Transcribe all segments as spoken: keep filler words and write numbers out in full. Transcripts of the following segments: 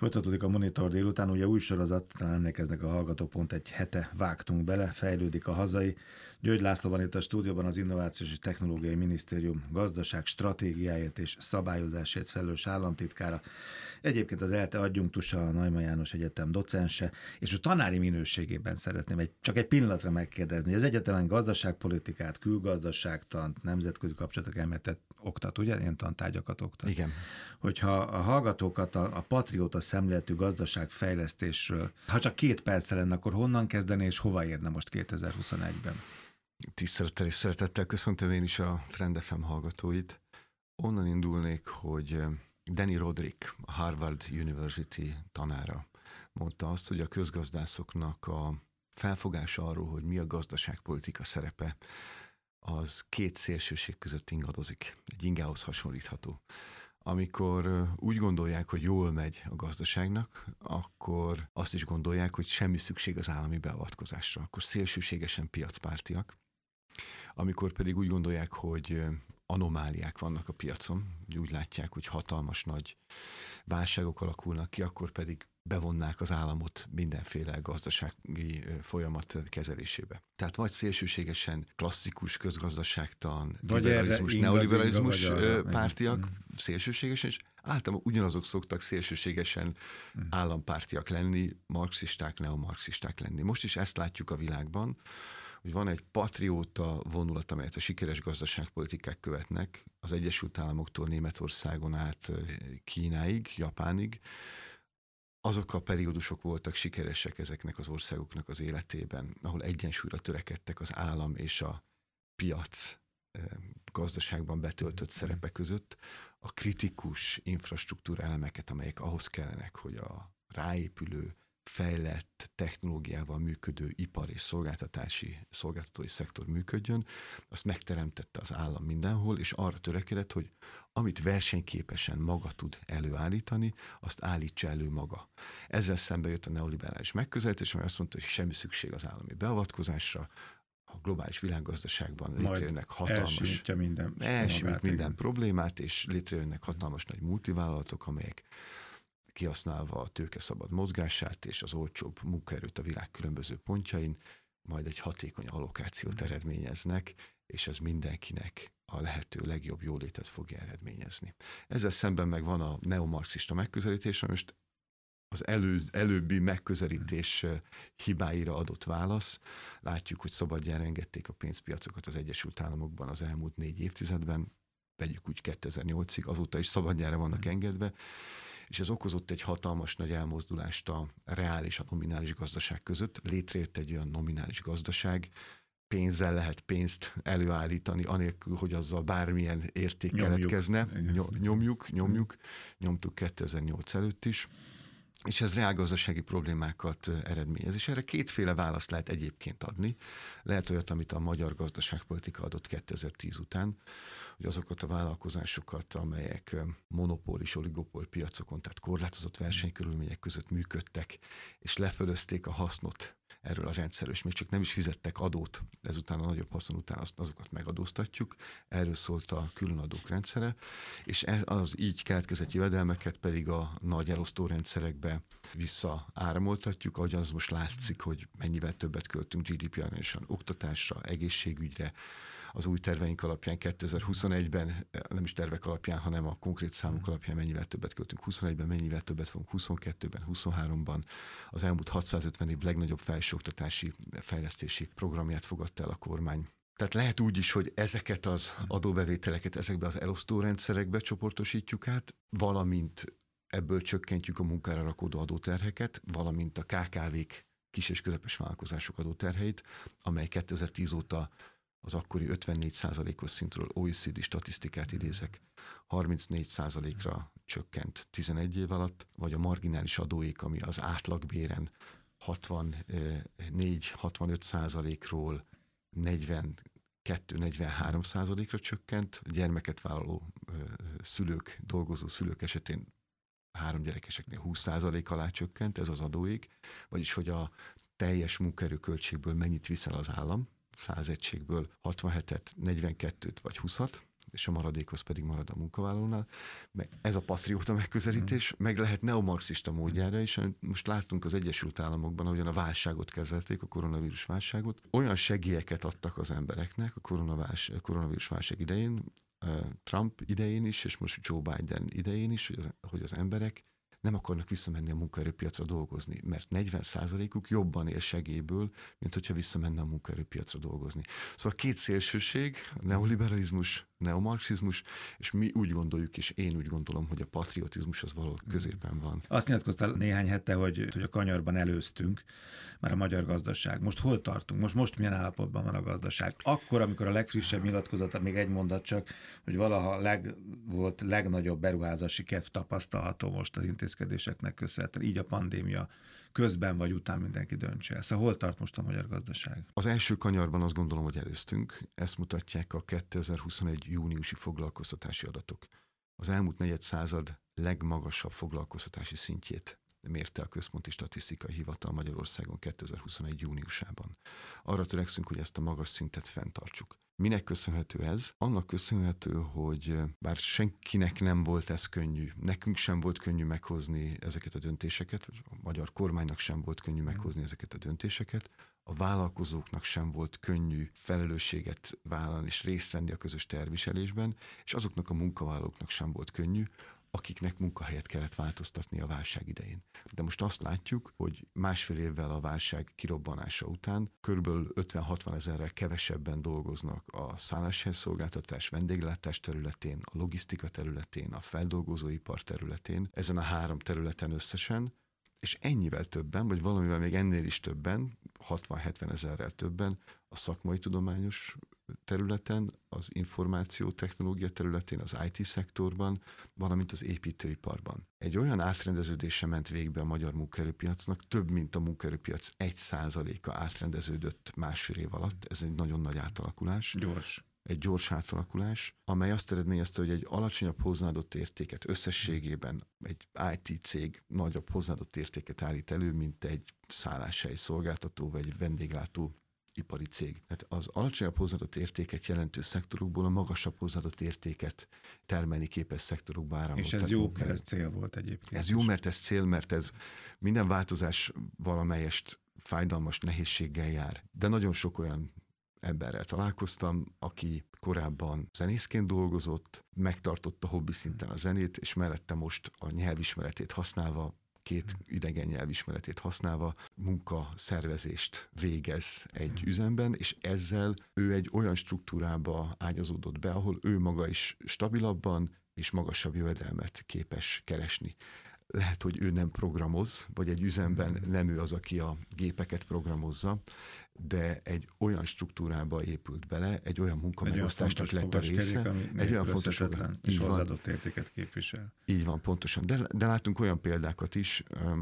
Folytatódik a Monitor délután, ugye új sorozat, talán emlékeznek a hallgatók, pont egy hete vágtunk bele, fejlődik a hazai. György László van itt a stúdióban, az Innovációs és Technológiai Minisztérium gazdaság stratégiáért és szabályozásért felelős államtitkára. Egyébként az ELTE adjunktusa, a Neumann János Egyetem docense, és a tanári minőségében szeretném egy, csak egy pillanatra megkérdezni, hogy az egyetemen gazdaságpolitikát, külgazdaságtant, nemzetközi kapcsolatok elméletet oktat, ugye? Ilyen tantárgyakat oktat. Igen. Hogyha a hallgatókat a, a patrióta szemléletű gazdaságfejlesztésről, ha csak két perce lenne, akkor honnan kezdeni, és hova érne most kétezer-huszonegyben? Tisztelettel és szeretettel köszöntöm én is a Trend ef em hallgatóit. Onnan indulnék, hogy Danny Roderick, a Harvard University tanára mondta azt, hogy a közgazdászoknak a felfogása arról, hogy mi a gazdaságpolitika szerepe, az két szélsőség között ingadozik. Egy ingához hasonlítható. Amikor úgy gondolják, hogy jól megy a gazdaságnak, akkor azt is gondolják, hogy semmi szükség az állami beavatkozásra. Akkor szélsőségesen piacpártiak. Amikor pedig úgy gondolják, hogy anomáliák vannak a piacon, úgy látják, hogy hatalmas nagy válságok alakulnak ki, akkor pedig bevonnák az államot mindenféle gazdasági folyamat kezelésébe. Tehát vagy szélsőségesen klasszikus közgazdaságtan, liberalizmus, neoliberalizmus inga, pártiak, mm. szélsőségesen, és általában ugyanazok szoktak szélsőségesen mm. állampártiak lenni, marxisták, neomarxisták lenni. Most is ezt látjuk a világban, hogy van egy patrióta vonulat, amelyet a sikeres gazdaságpolitikák követnek, az Egyesült Államoktól Németországon át Kínáig, Japánig. Azok a periódusok voltak sikeresek ezeknek az országoknak az életében, ahol egyensúlyra törekedtek az állam és a piac gazdaságban betöltött szerepe között, a kritikus infrastruktúra elemeket, amelyek ahhoz kellenek, hogy a ráépülő, fejlett technológiával működő ipar és szolgáltatási, szolgáltatói szektor működjön, azt megteremtette az állam mindenhol, és arra törekedett, hogy amit versenyképesen maga tud előállítani, azt állítsa elő maga. Ezzel szemben jött a neoliberális megközelítés, amely azt mondta, hogy semmi szükség az állami beavatkozásra, a globális világgazdaságban létrejönnek hatalmas... Elsülítja minden, elsülít minden problémát, és létrejönnek hatalmas nagy multivállalatok, amelyek kihasználva a tőke szabad mozgását és az olcsóbb munkaerőt a világ különböző pontjain, majd egy hatékony allokációt eredményeznek, és ez mindenkinek a lehető legjobb jólétet fogja eredményezni. Ezzel szemben meg van a neomarxista megközelítés, most az elő, előbbi megközelítés hibáira adott válasz. Látjuk, hogy szabadjára engedték a pénzpiacokat az Egyesült Államokban az elmúlt négy évtizedben, vegyük úgy kétezer-nyolcig, azóta is szabadjára vannak engedve, és ez okozott egy hatalmas nagy elmozdulást a reál és a nominális gazdaság között. Létrejött egy olyan nominális gazdaság, pénzzel lehet pénzt előállítani, anélkül, hogy azzal bármilyen érték nyomjuk. keletkezne. Nyomjuk, nyomjuk, nyomtuk kétezer-nyolc előtt is. És ez reálgazdasági problémákat eredményez. És erre kétféle választ lehet egyébként adni. Lehet olyat, amit a magyar gazdaságpolitika adott kétezer-tíz után, hogy azokat a vállalkozásokat, amelyek monopól és oligopól piacokon, tehát korlátozott versenykörülmények között működtek, és lefölözték a hasznot erről a rendszerről, és még csak nem is fizettek adót, ezután a nagyobb haszon után azokat megadóztatjuk. Erről szólt a különadók rendszere, és az így keletkezett jövedelmeket pedig a nagy elosztó rendszerekbe visszaáramoltatjuk, ahogy az most látszik, hogy mennyivel többet költünk gé dé pé arányosan oktatásra, egészségügyre. Az új terveink alapján kétezer-huszonegyben, nem is tervek alapján, hanem a konkrét számok alapján mennyivel többet költünk huszonegyben, mennyivel többet fogunk huszonkettőben, huszonháromban. Az elmúlt hatszázötven év legnagyobb felsőoktatási fejlesztési programját fogadta el a kormány. Tehát lehet úgy is, hogy ezeket az adóbevételeket ezekbe az elosztó rendszerekbe csoportosítjuk át, valamint ebből csökkentjük a munkára rakódó adóterheket, valamint a ká ká vék, kis és közepes vállalkozások adóterheit, amely kétezer-tíz óta az akkori ötvennégy százalékos szintről o e cé dé statisztikát idézek, harmincnégy százalékra csökkent tizenegy év alatt, vagy a marginális adóék, ami az átlagbéren hatvannégy-hatvanöt százalékról negyvenkettő-negyvenhárom százalékra csökkent, gyermeket vállaló szülők, dolgozó szülők esetén három gyerekeseknél húsz százalék alá csökkent ez az adóék, vagyis hogy a teljes munkaerőköltségből mennyit viszel az állam, száz egységből hatvanhetet, negyvenkettőt vagy húszat, és a maradékhoz pedig marad a munkavállalónál. Ez a patrióta megközelítés, meg lehet neomarxista módjára is. Most láttunk az Egyesült Államokban, ahogyan a válságot kezelték, a koronavírus válságot. Olyan segélyeket adtak az embereknek a koronavírus válság idején, Trump idején is, és most Joe Biden idején is, hogy az, hogy az emberek nem akarnak visszamenni a munkaerőpiacra dolgozni, mert negyven százalékuk jobban él segélyből, mint hogyha visszamenne a munkaerőpiacra dolgozni. Szóval két szélsőség, neoliberalizmus, neomarxizmus, és mi úgy gondoljuk, és én úgy gondolom, hogy a patriotizmus az valahol középen van. Azt nyilatkoztál néhány hete, hogy, hogy a kanyarban előztünk, már a magyar gazdaság. Most hol tartunk? Most, most milyen állapotban van a gazdaság? Akkor, amikor a legfrissebb nyilatkozata, még egy mondat csak, hogy valaha leg, volt legnagyobb beruházási kedv tapasztalható most az intézkedéseknek köszönhetően, így a pandémia közben vagy után mindenki döntse el. Szóval hol tart most a magyar gazdaság? Az első kanyarban azt gondolom, hogy előztünk. Ezt mutatják a kétezer-huszonegy júniusi foglalkoztatási adatok. Az elmúlt negyed század legmagasabb foglalkoztatási szintjét mérte a Központi Statisztikai Hivatal Magyarországon kétezer-huszonegy júniusában. Arra törekszünk, hogy ezt a magas szintet fenntartsuk. Minek köszönhető ez? Annak köszönhető, hogy bár senkinek nem volt ez könnyű, nekünk sem volt könnyű meghozni ezeket a döntéseket, vagy a magyar kormánynak sem volt könnyű meghozni ezeket a döntéseket, a vállalkozóknak sem volt könnyű felelősséget vállalni és részt venni a közös tervviselésben, és azoknak a munkavállalóknak sem volt könnyű, akiknek munkahelyet kellett változtatni a válság idején. De most azt látjuk, hogy másfél évvel a válság kirobbanása után körülbelül ötven-hatvan ezerrel kevesebben dolgoznak a szálláshelyszolgáltatás, vendéglátás területén, a logisztika területén, a feldolgozóipar területén, ezen a három területen összesen, és ennyivel többen, vagy valamivel még ennél is többen, hatvan-hetven ezerrel többen a szakmai tudományos területen, az információtechnológia területén, az i té szektorban, valamint az építőiparban. Egy olyan átrendeződése ment végbe a magyar munkaerőpiacnak, több mint a munkaerőpiac egy százaléka átrendeződött másfél év alatt. Ez egy nagyon nagy átalakulás. Gyors. Egy gyors átalakulás, amely azt eredményezte, hogy egy alacsonyabb hozzáadott értéket összességében egy i té cég nagyobb hozzáadott értéket állít elő, mint egy szálláshely szolgáltató vagy vendéglátó ipari cég. Tehát az alacsonyabb hozzáadott értéket jelentő szektorokból a magasabb hozzáadott értéket termelni képes szektorokba áramlottak. És ez jó, mert ez cél volt egyébként. Ez jó, mert ez cél, mert ez minden változás valamelyest fájdalmas nehézséggel jár. De nagyon sok olyan emberrel találkoztam, aki korábban zenészként dolgozott, megtartotta hobbi szinten a zenét, és mellette most a nyelvismeretét használva, két idegen nyelvismeretét használva munkaszervezést végez egy üzemben, és ezzel ő egy olyan struktúrába ágyazódott be, ahol ő maga is stabilabban és magasabb jövedelmet képes keresni. Lehet, hogy ő nem programoz, vagy egy üzemben nem ő az, aki a gépeket programozza, de egy olyan struktúrába épült bele, egy olyan munkamegosztásnak lett a része. Kerék, egy olyan fontos és hozzáadott értéket képvisel. Így van, pontosan. De, de látunk olyan példákat is,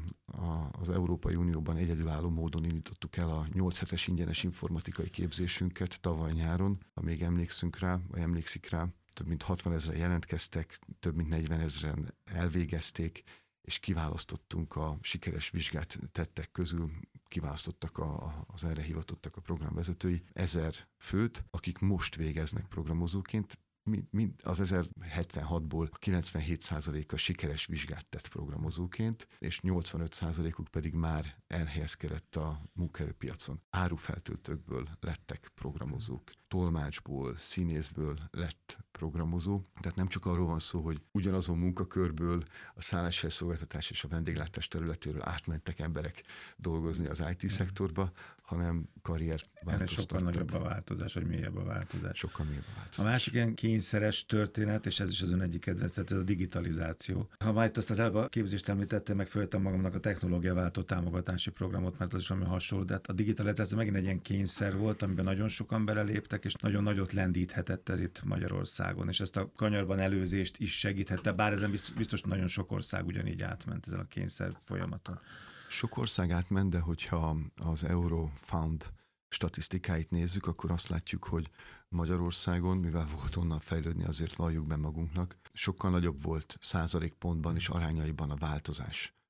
az Európai Unióban egyedülálló módon indítottuk el a nyolc hetes ingyenes informatikai képzésünket tavaly nyáron, ha még emlékszünk rá, vagy emlékszik rá, több mint hatvan ezeren jelentkeztek, több mint negyven ezeren elvégezték, és kiválasztottunk a sikeres vizsgát tettek közül, kiválasztottak a, az erre hivatottak a programvezetői ezer főt, akik most végeznek programozóként. Mind, mind az ezerhetvenhatból kilencvenhét százaléka sikeres vizsgát tett programozóként, és nyolcvanöt százalékuk pedig már elhelyezkedett a munkaerőpiacon. Árufeltöltőkből lettek programozók, tolmácsból, színészből lett programozó. Tehát nem csak arról van szó, hogy ugyanazon munkakörből a szálláshelyszolgáltatás és a vendéglátás területéről átmentek emberek dolgozni az i té szektorba, hanem karrier változtattak. Sokkal nagyobb a változás, vagy mélyebb a változás. Sokkal mélyebb a változás. A másik ilyen kényszeres történet, és ez is az ön egyik kedvenc, tehát ez a digitalizáció. Ha már itt azt az előbb a képzést említettem, meg föltem magamnak a technológiaváltó támogatási programot, mert az is valami hasonló, de a digitalizáció megint egy ilyen kényszer volt, amiben nagyon sokan beleléptek, és nagyon nagyot lendíthetett ez itt Magyarországon, és ezt a kanyarban előzést is segíthette, bár ezen biztos nagyon sok ország ugyanígy átment ezen a kényszer folyamaton. Sok ország átment, de hogyha az Eurofound statisztikáit nézzük, akkor azt látjuk, hogy Magyarországon, mivel volt onnan fejlődni, azért valljuk be magunknak, sokkal nagyobb volt százalékpontban és arányaiban a változás.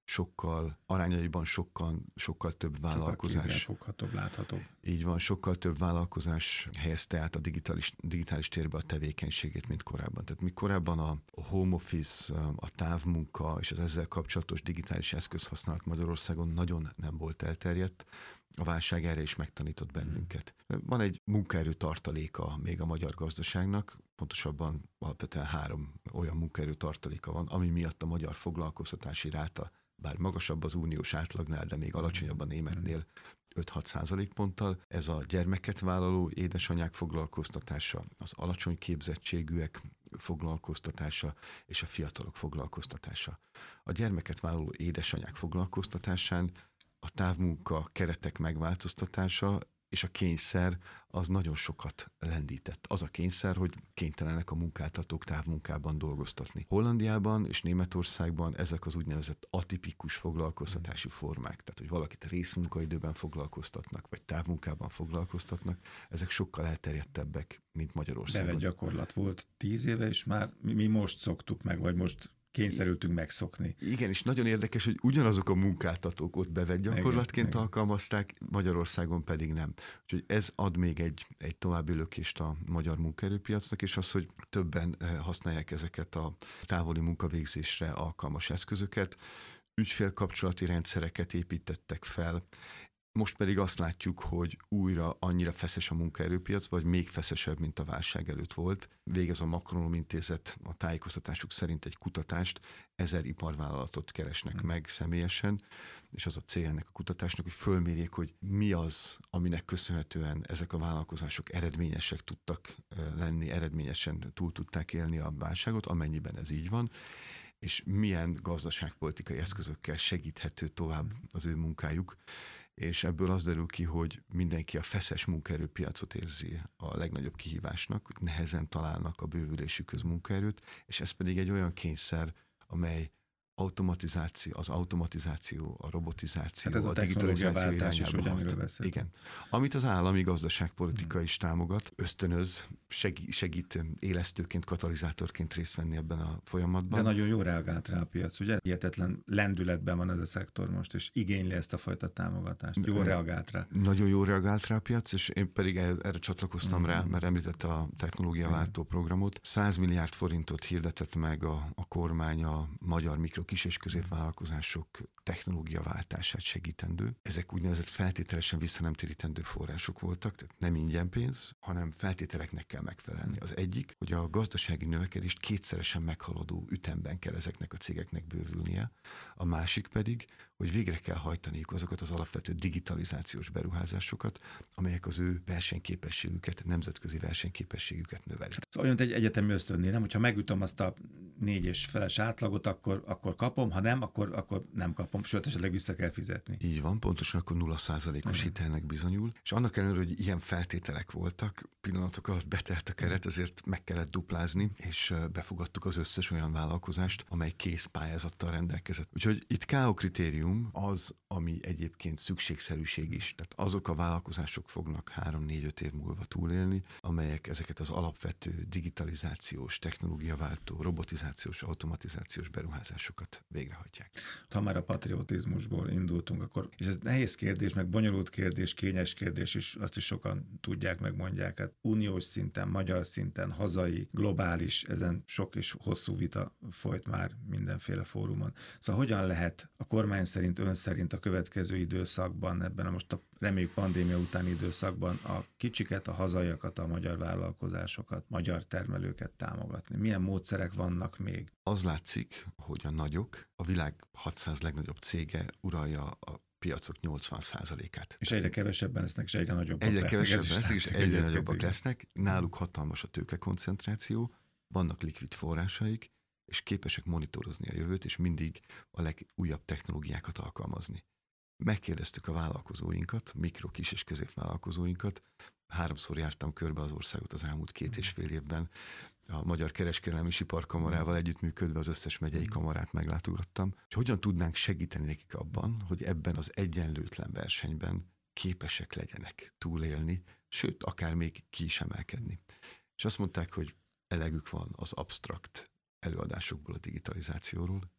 sokkal, arányaiban sokkal, sokkal több vállalkozás. Sokkal kézzelfoghatóbb, láthatóbb. Így van, sokkal több vállalkozás helyezte át a digitális, digitális térbe a tevékenységét, mint korábban. Tehát mi korábban a home office, a távmunka és az ezzel kapcsolatos digitális eszközhasználat Magyarországon nagyon nem volt elterjedt. A válság erre is megtanított bennünket. Van egy munkaerő tartaléka még a magyar gazdaságnak, pontosabban alapvetően három olyan munkaerő tartaléka van, ami miatt a magyar foglalkoztatási ráta, bár magasabb az uniós átlagnál, de még alacsonyabb a németnél, öt-hat százalékponttal. Ez a gyermeket vállaló édesanyák foglalkoztatása, az alacsony képzettségűek foglalkoztatása és a fiatalok foglalkoztatása. A gyermeket vállaló édesanyák foglalkoztatásán a távmunka keretek megváltoztatása és a kényszer az nagyon sokat lendített. Az a kényszer, hogy kénytelenek a munkáltatók távmunkában dolgoztatni. Hollandiában és Németországban ezek az úgynevezett atipikus foglalkoztatási formák, tehát hogy valakit részmunkaidőben foglalkoztatnak, vagy távmunkában foglalkoztatnak, ezek sokkal elterjedtebbek, mint Magyarországon. Bevett gyakorlat volt tíz éve, és már mi most szoktuk meg, vagy most kényszerültünk megszokni. Igen, és nagyon érdekes, hogy ugyanazok a munkáltatók ott bevett gyakorlatként igen, alkalmazták, Magyarországon pedig nem. Úgyhogy ez ad még egy, egy további lökést a magyar munkaerőpiacnak, és az, hogy többen használják ezeket a távoli munkavégzésre alkalmas eszközöket, ügyfélkapcsolati rendszereket építettek fel. Most pedig azt látjuk, hogy újra annyira feszes a munkaerőpiac, vagy még feszesebb, mint a válság előtt volt. Végez a Macronom Intézet a tájékoztatásuk szerint egy kutatást, ezer iparvállalatot keresnek meg személyesen, és az a cél ennek a kutatásnak, hogy fölmérjék, hogy mi az, aminek köszönhetően ezek a vállalkozások eredményesek tudtak lenni, eredményesen túl tudták élni a válságot, amennyiben ez így van, és milyen gazdaságpolitikai eszközökkel segíthető tovább az ő munkájuk. És ebből az derül ki, hogy mindenki a feszes munkaerőpiacot érzi a legnagyobb kihívásnak, hogy nehezen találnak a bővülésű közmunkaerőt, és ez pedig egy olyan kényszer, amely automatizáció, az automatizáció, a robotizáció, hát ez a, a digitalizáció irányába hat. Igen. Amit az állami gazdaságpolitika is támogat, ösztönöz, segít, segít élesztőként, katalizátorként részt venni ebben a folyamatban. De nagyon jól reagált rá a piac, ugye? Hihetetlen lendületben van ez a szektor most, és igényli ezt a fajta támogatást. Jól reagált rá. Nagyon jól reagált rá a piac, és én pedig erre csatlakoztam mm-hmm. rá, mert említette a technológiaváltó programot. száz milliárd forintot hirdetett meg a, a kormány a magyar mikro kis- és középvállalkozások technológiaváltását segítendő. Ezek úgynevezett feltételesen visszanemtérítendő források voltak, tehát nem ingyen pénz, hanem feltételeknek kell megfelelni. Az egyik, hogy a gazdasági növekedést kétszeresen meghaladó ütemben kell ezeknek a cégeknek bővülnie. A másik pedig, hogy végre kell hajtaniuk azokat az alapvető digitalizációs beruházásokat, amelyek az ő versenyképességüket, nemzetközi versenyképességüket növelik. Ez olyan, mint egy egyetemi ösztönnél, nem? Hogyha megütöm azt a négy és feles átlagot, akkor, akkor kapom, ha nem, akkor, akkor nem kapom, sőt, esetleg vissza kell fizetni. Így van, pontosan akkor nulla százalékos hitelnek bizonyul, és annak ellenére, hogy ilyen feltételek voltak, pillanatok alatt betelt a keret, ezért meg kellett duplázni, és befogadtuk az összes olyan vállalkozást, amely kész pályázattal rendelkezett. Úgyhogy itt ká o kritérium az, ami egyébként szükségszerűség is. Tehát azok a vállalkozások fognak három-négy-öt év múlva túlélni, amelyek ezeket az alapvető digitalizációs, technológiaváltó, robotizációs, automatizációs beruházásokat végrehajtják. Ha már a patriotizmusból indultunk, akkor, és ez nehéz kérdés, meg bonyolult kérdés, kényes kérdés is, azt is sokan tudják, megmondják. Hát uniós szinten, magyar szinten, hazai, globális, ezen sok és hosszú vita folyt már mindenféle fórumon. Szóval hogyan lehet a kormány szerint, ön szerint a következő időszakban, ebben a most a reméljük pandémia utáni időszakban a kicsiket, a hazaiakat, a magyar vállalkozásokat, magyar termelőket támogatni? Milyen módszerek vannak még? Az látszik, hogy a nagyok, a világ hatszáz legnagyobb cége uralja a piacok nyolcvan százalékát. És egyre kevesebben lesznek, és egyre nagyobbak egyre lesznek. Egyre kevesebben lesznek, és egyre nagyobbak lesznek. Náluk hatalmas a tőkekoncentráció, vannak likvid forrásaik, és képesek monitorozni a jövőt, és mindig a legújabb technológiákat alkalmazni. Megkérdeztük a vállalkozóinkat, mikro, kis és középvállalkozóinkat, háromszor jártam körbe az országot az elmúlt két és fél évben, a Magyar Kereskedelmi és Iparkamarával együttműködve az összes megyei kamarát meglátogattam, hogy hogyan tudnánk segíteni nekik abban, hogy ebben az egyenlőtlen versenyben képesek legyenek túlélni, sőt, akár még ki is emelkedni. És azt mondták, hogy elegük van az absztrakt előadásokból a digitalizációról,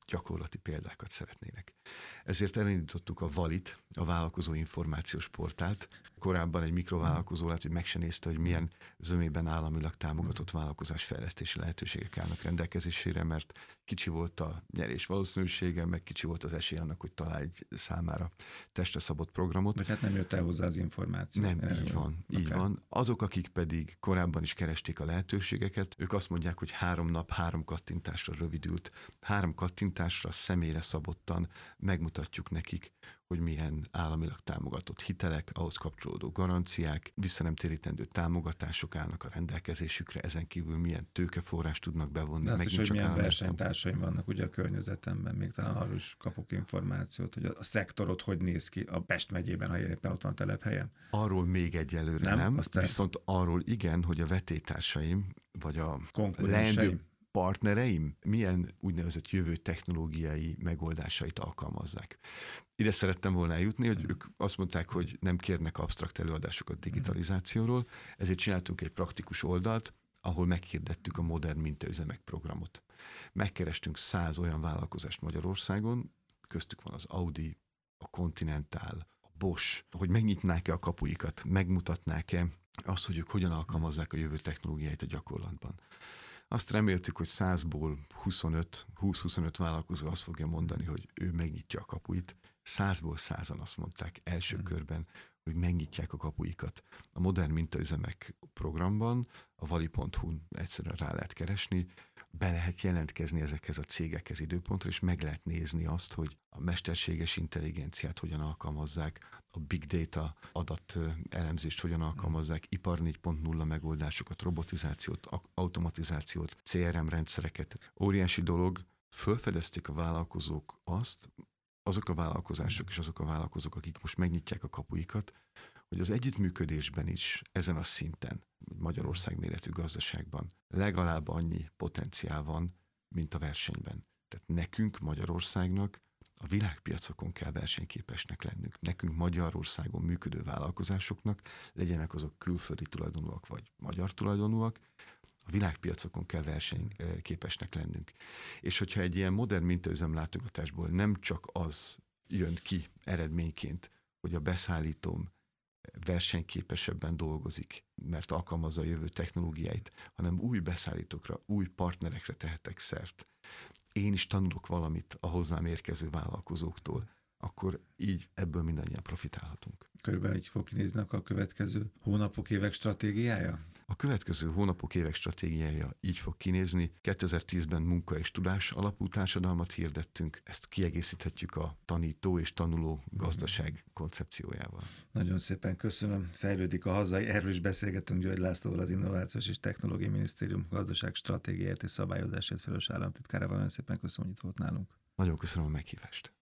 gyakorlati példákat szeretnének. Ezért elindítottuk a Valit, a vállalkozó információs portált. Korábban egy mikrovállalkozó lehet, hogy meg se nézte, hogy milyen zömében államilag támogatott vállalkozásfejlesztési lehetőségek állnak rendelkezésére, mert kicsi volt a nyerés valószínűsége, meg kicsi volt az esély annak, hogy találj egy számára testre szabott programot. Vagy hát nem jött el hozzá az információ. Nem, így van, van, így okay. van. Azok, akik pedig korábban is keresték a lehetőségeket, ők azt mondják, hogy három nap, három kattintásra rövidült, három kattintásra személyre szabottan megmutatjuk nekik, hogy milyen államilag támogatott hitelek, ahhoz kapcsolódó garanciák, visszanemtérítendő támogatások állnak a rendelkezésükre, ezen kívül milyen tőkeforrást tudnak bevonni. De azt is, hogy milyen versenytársaim vannak ugye a környezetemben, még talán arról is kapok információt, hogy a szektorod hogy néz ki a Pest megyében, ha én éppen ott van telephelyen. Arról még egyelőre nem, nem viszont arról igen, hogy a vetélytársaim, vagy a leendő partnereim milyen úgynevezett jövő technológiai megoldásait alkalmazzák. Ide szerettem volna eljutni, hogy ők azt mondták, hogy nem kérnek absztrakt előadásokat digitalizációról, ezért csináltunk egy praktikus oldalt, ahol meghirdettük a modern mintaüzemek programot. Megkerestünk száz olyan vállalkozást Magyarországon, köztük van az Audi, a Continental, a Bosch, hogy megnyitnák-e a kapuikat, megmutatnák-e azt, hogy ők hogyan alkalmazzák a jövő technológiáit a gyakorlatban. Azt reméltük, hogy százból huszonöt, húsz-huszonöt vállalkozó azt fogja mondani, hogy ő megnyitja a kapuit. Százból százan azt mondták első hmm. körben, hogy megnyitják a kapuikat. A modern mintaüzemek programban, a vali pont hu-n egyszerűen rá lehet keresni, be lehet jelentkezni ezekhez a cégekhez időpontra, és meg lehet nézni azt, hogy a mesterséges intelligenciát hogyan alkalmazzák, a big data adat elemzést hogyan alkalmazzák, ipar négy pont nulla megoldásokat, robotizációt, automatizációt, cé er em rendszereket. Óriási dolog, fölfedezték a vállalkozók azt, azok a vállalkozások és azok a vállalkozók, akik most megnyitják a kapuikat, hogy az együttműködésben is ezen a szinten, Magyarország méretű gazdaságban legalább annyi potenciál van, mint a versenyben. Tehát nekünk, Magyarországnak a világpiacokon kell versenyképesnek lennünk. Nekünk Magyarországon működő vállalkozásoknak, legyenek azok külföldi tulajdonúak vagy magyar tulajdonúak, a világpiacokon kell versenyképesnek lennünk. És hogyha egy ilyen modern mintaüzem látogatásból nem csak az jön ki eredményként, hogy a beszállítóm versenyképesebben dolgozik, mert alkalmazza a jövő technológiáit, hanem új beszállítókra, új partnerekre tehetek szert. Én is tanulok valamit a hozzám érkező vállalkozóktól, akkor így ebből mindannyian profitálhatunk. Körülbelül így fog kinézni a következő hónapok, évek stratégiája? A következő hónapok, évek stratégiája így fog kinézni. kétezer-tízben munka és tudás alapú társadalmat hirdettünk, ezt kiegészíthetjük a tanító és tanuló gazdaság koncepciójával. Nagyon szépen köszönöm. Fejlődik a hazai, erről is beszélgetünk György Lászlóval, az Innovációs és Technológiai Minisztérium gazdaság stratégiáért és szabályozásért felelős államtitkárával. Nagyon szépen köszönöm, hogy itt volt nálunk. Nagyon köszönöm a meghívást.